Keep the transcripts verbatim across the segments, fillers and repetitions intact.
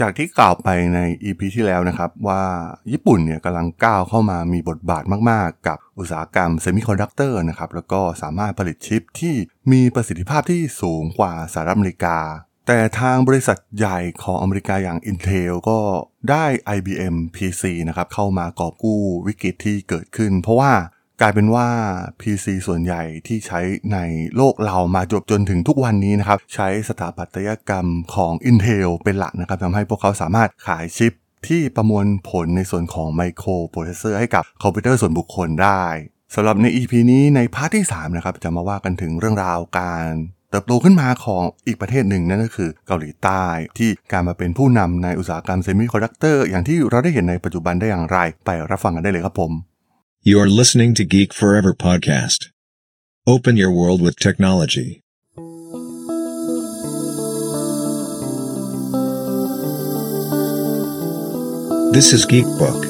จากที่กล่าวไปใน อี พี ที่แล้วนะครับว่าญี่ปุ่นเนี่ยกำลังก้าวเข้ามามีบทบาทมากๆกับอุตสาหกรรมเซมิคอนดักเตอร์นะครับแล้วก็สามารถผลิตชิปที่มีประสิทธิภาพที่สูงกว่าสหรัฐอเมริกาแต่ทางบริษัทใหญ่ของอเมริกาอย่าง Intel ก็ได้ ไอ บี เอ็ม พี ซี นะครับเข้ามากอบกู้วิกฤตที่เกิดขึ้นเพราะว่ากลายเป็นว่า พี ซี ส่วนใหญ่ที่ใช้ในโลกเรามาจบจนถึงทุกวันนี้นะครับใช้สถาปัตยกรรมของ Intel เป็นหลักนะครับทำให้พวกเขาสามารถขายชิปที่ประมวลผลในส่วนของไมโครโปรเซสเซอร์ให้กับคอมพิวเตอร์ส่วนบุคคลได้สำหรับใน อี พี นี้ในพาร์ทที่สามนะครับจะมาว่ากันถึงเรื่องราวการเติบโตขึ้นมาของอีกประเทศหนึ่งนั่นก็คือเกาหลีใต้ที่การมาเป็นผู้นำในอุตสาหกรรมเซมิคอนดักเตอร์อย่างที่เราได้เห็นในปัจจุบันได้อย่างไรไปรับฟังกันได้เลยครับผม You're listening to Geek Forever podcast. Open your world with technology. This is Geek Book.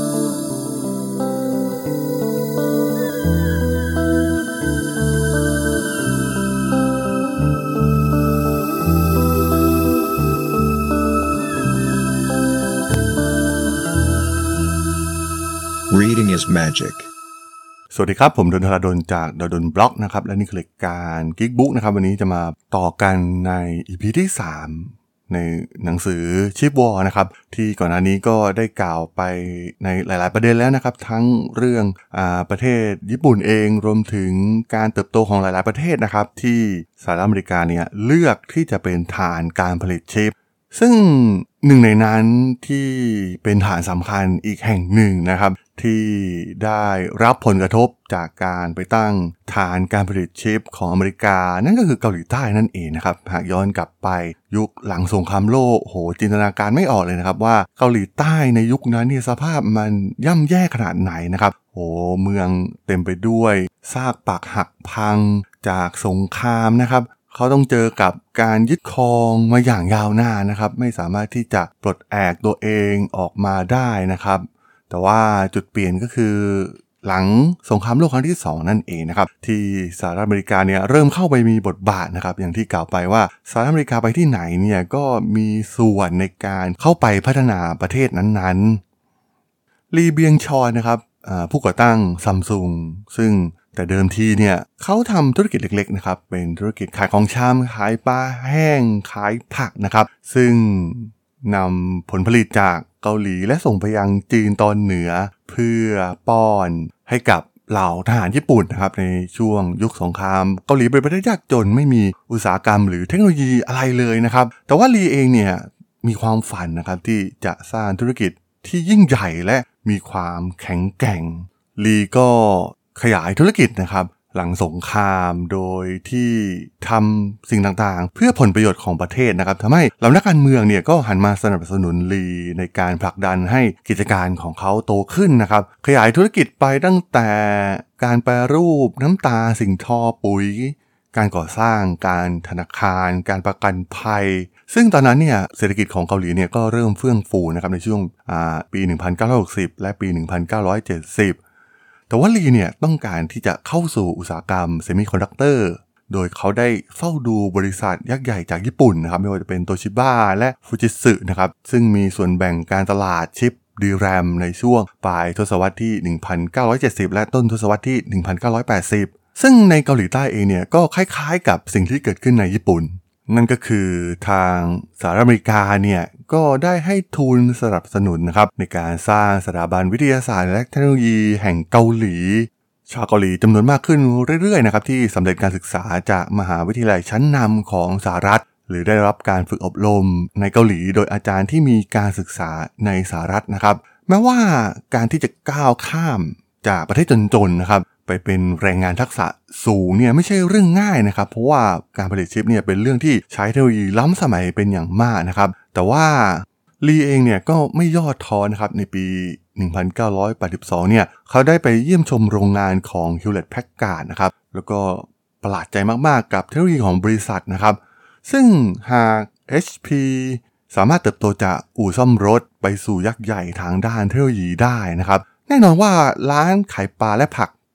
Reading is magic. สวัสดีครับผมดนทราดลจากดนบล็อกนะครับและนี่คือรายการ Geek Book นะครับวันนี้จะมาต่อกันใน อี พี ที่สามในหนังสือ Chip War นะครับที่ก่อนหน้านี้ก็ได้กล่าวไปในหลายๆประเด็นแล้วนะครับทั้งเรื่องอ่าประเทศญี่ปุ่นเองรวมถึงการเติบโตของหลายๆประเทศนะครับที่สหรัฐอเมริกาเนี่ยเลือกที่จะเป็นฐานการผลิตชิปซึ่งหนึ่งในนั้นที่เป็นฐานสำคัญอีกแห่งหนึ่งนะครับที่ได้รับผลกระทบจากการไปตั้งฐานการผลิตชิปของอเมริกานั่นก็คือเกาหลีใต้นั่นเองนะครับหากย้อนกลับไปยุคหลังสงครามโลกโหจินตนาการไม่ออกเลยนะครับว่าเกาหลีใต้ในยุคนั้นเนี่ยสภาพมันย่ำแย่ขนาดไหนนะครับโหเมืองเต็มไปด้วยซากปรักหักพังจากสงครามนะครับเขาต้องเจอกับการยึดครองมาอย่างยาวนานนะครับไม่สามารถที่จะปลดแอกตัวเองออกมาได้นะครับแต่ว่าจุดเปลี่ยนก็คือหลังสงครามโลกครั้งที่สองนั่นเองนะครับที่สหรัฐอเมริกาเนี่ยเริ่มเข้าไปมีบทบาทนะครับอย่างที่กล่าวไปว่าสหรัฐอเมริกาไปที่ไหนเนี่ยก็มีส่วนในการเข้าไปพัฒนาประเทศนั้นๆลีเบียงชอนนะครับผู้ก่อตั้งซัมซุงซึ่งแต่เดิมทีเนี่ยเขาทำธุรกิจเล็กๆนะครับเป็นธุรกิจขายของชำขายปลาแห้งขายผักนะครับซึ่งนำผลผลิตจากเกาหลีและส่งไปยังจีนตอนเหนือเพื่อป้อนให้กับเหล่าทหารญี่ปุ่นนะครับในช่วงยุคสงครามเกาหลีเป็นประเทศยากจนไม่มีอุตสาหกรรมหรือเทคโนโลยีอะไรเลยนะครับแต่ว่าลีเองเนี่ยมีความฝันนะครับที่จะสร้างธุรกิจที่ยิ่งใหญ่และมีความแข็งแกร่งลีก็ขยายธุรกิจนะครับหลังสงครามโดยที่ทำสิ่งต่างๆเพื่อผลประโยชน์ของประเทศนะครับทำให้เหล่านักการเมืองเนี่ยก็หันมาสนับสนุนลีในการผลักดันให้กิจการของเขาโตขึ้นนะครับขยายธุรกิจไปตั้งแต่การแปรรูปน้ำตาสิ่งทอปุ๋ยการก่อสร้างการธนาคารการประกันภัยซึ่งตอนนั้นเนี่ยเศรษฐกิจของเกาหลีเนี่ยก็เริ่มเฟื่องฟูนะครับในช่วงอ่าปีหนึ่งพันเก้าร้อยหกสิบและปีหนึ่งพันเก้าร้อยเจ็ดสิบแต่ว่าลีเนี่ยต้องการที่จะเข้าสู่อุตสาหกรรมเซมิคอนดักเตอร์โดยเขาได้เฝ้าดูบริษัทยักษ์ใหญ่จากญี่ปุ่นนะครับไม่ว่าจะเป็นโตชิบ้าและฟูจิสึนะครับซึ่งมีส่วนแบ่งการตลาดชิป ดี แรม ในช่วงปลายทศวรรษที่ หนึ่งพันเก้าร้อยเจ็ดสิบ และต้นทศวรรษที่ หนึ่งพันเก้าร้อยแปดสิบ ซึ่งในเกาหลีใต้เองเนี่ยก็คล้ายๆกับสิ่งที่เกิดขึ้นในญี่ปุ่นนั่นก็คือทางสหรัฐอเมริกาเนี่ยก็ได้ให้ทุนสนับสนุนนะครับในการสร้างสถาบันวิทยาศาสตร์และเทคโนโลยีแห่งเกาหลีชาวเกาหลีจำนวนมากขึ้นเรื่อยๆนะครับที่สำเร็จการศึกษาจากมหาวิทยาลัยชั้นนำของสหรัฐหรือได้รับการฝึกอบรมในเกาหลีโดยอาจารย์ที่มีการศึกษาในสหรัฐนะครับแม้ว่าการที่จะก้าวข้ามจากประเทศจนๆนะครับไปเป็นแรงงานทักษะสูงเนี่ยไม่ใช่เรื่องง่ายนะครับเพราะว่าการผลิตชิปเนี่ยเป็นเรื่องที่ใช้เทคโนโลยีล้ำสมัยเป็นอย่างมากนะครับแต่ว่าลีเองเนี่ยก็ไม่ย่อท้อนะครับในปีหนึ่งพันเก้าร้อยแปดสิบสองเนี่ยเขาได้ไปเยี่ยมชมโรงงานของ Hewlett Packard นะครับแล้วก็ประหลาดใจมากๆกับเทคโนโลยีของบริษัทนะครับซึ่งหาก เอช พี สามารถเติบโตจากอู่ซ่อมรถไปสู่ยักษ์ใหญ่ทางด้านเทคโนโลยีได้นะครับแน่นอนว่าร้านขายปลาและผัก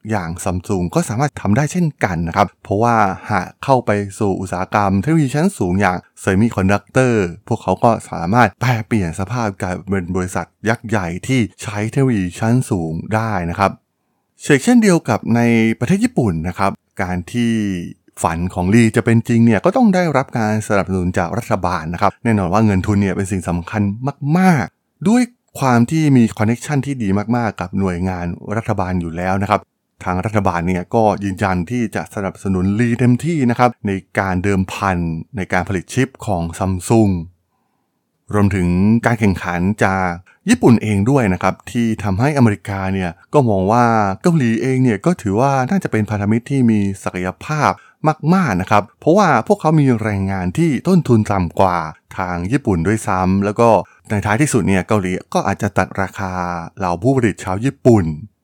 อย่าง Samsung ก็สามารถทำได้เช่นกันนะครับเพราะว่าหากเข้าไปสู่อุตสาหกรรมเทคโนโลยีชั้นสูงอย่างเซมิคอนดักเตอร์พวกเขาก็สามารถแปลเปลี่ยนสภาพกลายเป็นบริษัทยักษ์ใหญ่ที่ใช้เทคโนโลยีชั้นสูงได้นะครับเช่นเดียวกับในประเทศญี่ปุ่นนะครับการที่ฝันของลีจะเป็นจริงเนี่ยก็ต้องได้รับการสนับสนุนจากรัฐบาลนะครับแน่นอนว่าเงินทุนเนี่ยเป็นสิ่งสำคัญมากๆด้วยความที่มีคอนเนคชันที่ดีมากๆกับหน่วยงานรัฐบาลอยู่แล้วนะครับทางรัฐบาลเนี่ยก็ยืนยันที่จะสนับสนุนลีเต็มที่นะครับในการเดิมพันในการผลิตชิปของ Samsung รวมถึงการแข่งขันจากญี่ปุ่นเองด้วยนะครับที่ทำให้อเมริกาเนี่ยก็มองว่าเกาหลีเองเนี่ยก็ถือว่าน่าจะเป็นพันธมิตรที่มีศักยภาพมากๆนะครับเพราะว่าพวกเขามีแรงงานที่ต้นทุนต่ำกว่าทางญี่ปุ่นด้วยซ้ำแล้วก็ในท้ายที่สุดเนี่ยเกาหลีก็อาจจะตัดราคาเหล่าผู้ผลิตชาวญี่ปุ่น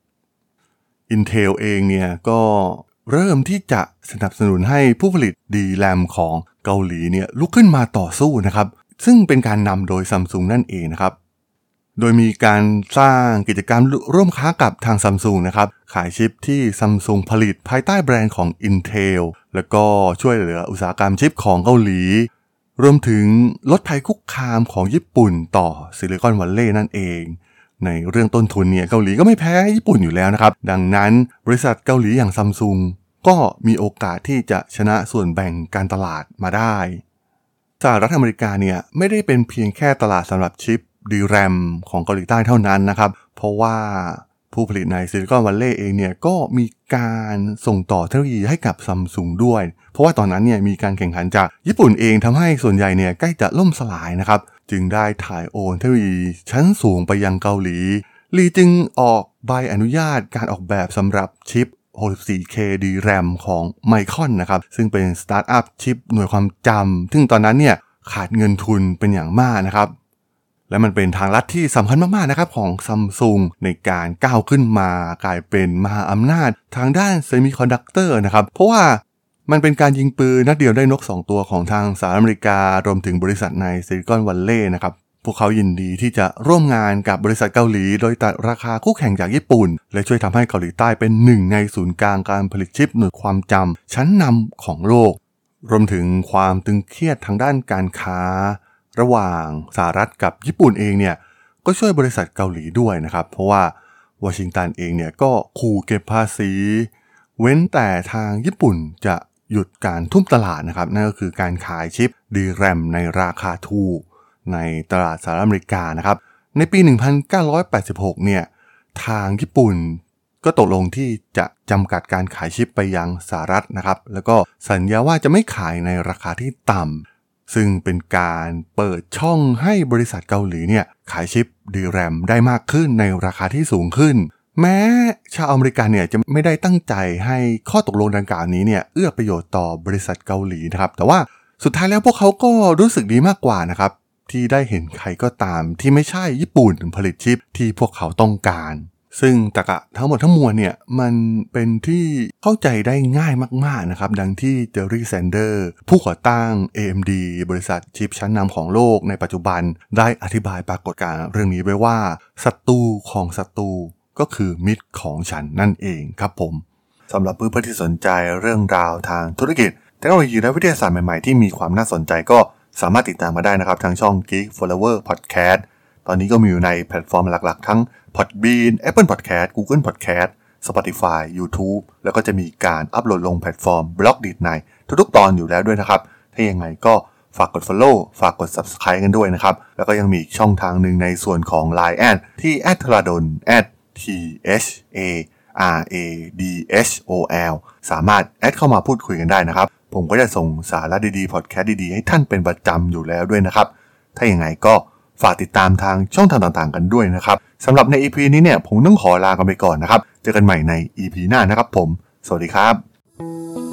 Intel เองเนี่ยก็เริ่มที่จะสนับสนุนให้ผู้ผลิต ดี แรม ของเกาหลีเนี่ยลุกขึ้นมาต่อสู้นะครับซึ่งเป็นการนำโดย Samsung นั่นเองนะครับโดยมีการสร้างกิจกรรมร่วมค้ากับทาง Samsung นะครับขายชิปที่ Samsung ผลิตภายใต้แบรนด์ของ Intel แล้วก็ช่วยเหลืออุตสาหกรรมชิปของเกาหลีรวมถึงลดภัยคุกคามของญี่ปุ่นต่อซิลิคอนวัลเลย์นั่นเองในเรื่องต้นทุนเนี่ยเกาหลีก็ไม่แพ้ญี่ปุ่นอยู่แล้วนะครับดังนั้นบริษัทเกาหลีอย่าง Samsung ก็มีโอกาสที่จะชนะส่วนแบ่งการตลาดมาได้สหรัฐอเมริกาเนี่ยไม่ได้เป็นเพียงแค่ตลาดสำหรับชิป ดี แรม ของเกาหลีใต้เท่านั้นนะครับเพราะว่าผู้ผลิตในซิลิคอนวัลเลย์เองเนี่ยก็มีการส่งต่อเทคโนโลยีให้กับ Samsung ด้วยเพราะว่าตอนนั้นเนี่ยมีการแข่งขันจากญี่ปุ่นเองทำให้ส่วนใหญ่เนี่ยใกล้จะล่มสลายนะครับจึงได้ถ่ายโอนเทคโนโลยีชั้นสูงไปยังเกาหลีลีจึงออกใบอนุญาตการออกแบบสำหรับชิป หกสิบสี่เค ดี แรม ของ Micron นะครับซึ่งเป็นสตาร์ทอัพชิปหน่วยความจำซึ่งตอนนั้นเนี่ยขาดเงินทุนเป็นอย่างมากนะครับและมันเป็นทางลัดที่สำคัญมากๆนะครับของ Samsung ในการก้าวขึ้นมากลายเป็นมหาอำนาจทางด้านเซมิคอนดักเตอร์นะครับเพราะว่ามันเป็นการยิงปืนนัดเดียวได้นกสองตัวของทางสหรัฐอเมริการวมถึงบริษัทในซิลิคอนวัลเลย์นะครับพวกเขายินดีที่จะร่วมงานกับบริษัทเกาหลีโดยตัดราคาคู่แข่งจากญี่ปุ่นและช่วยทำให้เกาหลีใต้เป็นหนึ่งในศูนย์กลางการผลิตชิปหน่วยความจำชั้นนำของโลกรวมถึงความตึงเครียดทางด้านการค้าระหว่างสหรัฐกับญี่ปุ่นเองเนี่ยก็ช่วยบริษัทเกาหลีด้วยนะครับเพราะว่าวอชิงตันเองเนี่ยก็ขู่เก็บภาษีเว้นแต่ทางญี่ปุ่นจะหยุดการทุ่มตลาดนะครับนั่นก็คือการขายชิป ดี แรม ในราคาถูกในตลาดสหรัฐอเมริกานะครับในปีหนึ่งพันเก้าร้อยแปดสิบหกเนี่ยทางญี่ปุ่นก็ตกลงที่จะจำกัดการขายชิปไปยังสหรัฐนะครับแล้วก็สัญญาว่าจะไม่ขายในราคาที่ต่ำซึ่งเป็นการเปิดช่องให้บริษัทเกาหลีเนี่ยขายชิป ดี แรม ได้มากขึ้นในราคาที่สูงขึ้นแม้ชาวอเมริกันเนี่ยจะไม่ได้ตั้งใจให้ข้อตกลงดังกล่าวนี้เนี่ยเอื้อประโยชน์ต่อบริษัทเกาหลีนะครับแต่ว่าสุดท้ายแล้วพวกเขาก็รู้สึกดีมากกว่านะครับที่ได้เห็นใครก็ตามที่ไม่ใช่ญี่ปุ่นผลิตชิปที่พวกเขาต้องการซึ่งตรรกะทั้งหมดทั้งมวลเนี่ยมันเป็นที่เข้าใจได้ง่ายมากๆนะครับดังที่เจอร์รี่แซนเดอร์ผู้ก่อตั้ง เอ เอ็ม ดี บริษัทชิปชั้นนำของโลกในปัจจุบันได้อธิบายปรากฏการณ์เรื่องนี้ไว้ว่าศัตรูของศัตรูก็คือมิตรของฉันนั่นเองครับผมสำหรับเพื่อนๆที่สนใจเรื่องราวทางธุรกิจเทคโนโลยีและวิทยาศาสตร์ใหม่ๆที่มีความน่าสนใจก็สามารถติดตามมาได้นะครับทางช่อง Geek Forever Podcast ตอนนี้ก็มีอยู่ในแพลตฟอร์มหลักๆทั้ง Podbean, Apple Podcast, Google Podcast, Spotify, YouTube แล้วก็จะมีการอัปโหลดลงแพลตฟอร์ม Blogdit ในทุกๆตอนอยู่แล้วด้วยนะครับถ้ายังไงก็ฝากกด Follow ฝากกด Subscribe กันด้วยนะครับแล้วก็ยังมีอีกช่องทางหนึ่งในส่วนของ ไลน์ แอด ที่ แอท ธราดล แอท ที เอช เอ อาร์ เอ ดี เอช โอ แอล สามารถแอดเข้ามาพูดคุยกันได้นะครับผมก็จะส่งสาระดีๆพอดแคสต์ดีๆให้ท่านเป็นประจำอยู่แล้วด้วยนะครับถ้าอย่างไรก็ฝากติดตามทางช่องทางต่างๆกันด้วยนะครับสำหรับใน อี พี นี้เนี่ยผมต้องขอลากันไปก่อนนะครับเจอกันใหม่ใน อี พี หน้านะครับผมสวัสดีครับ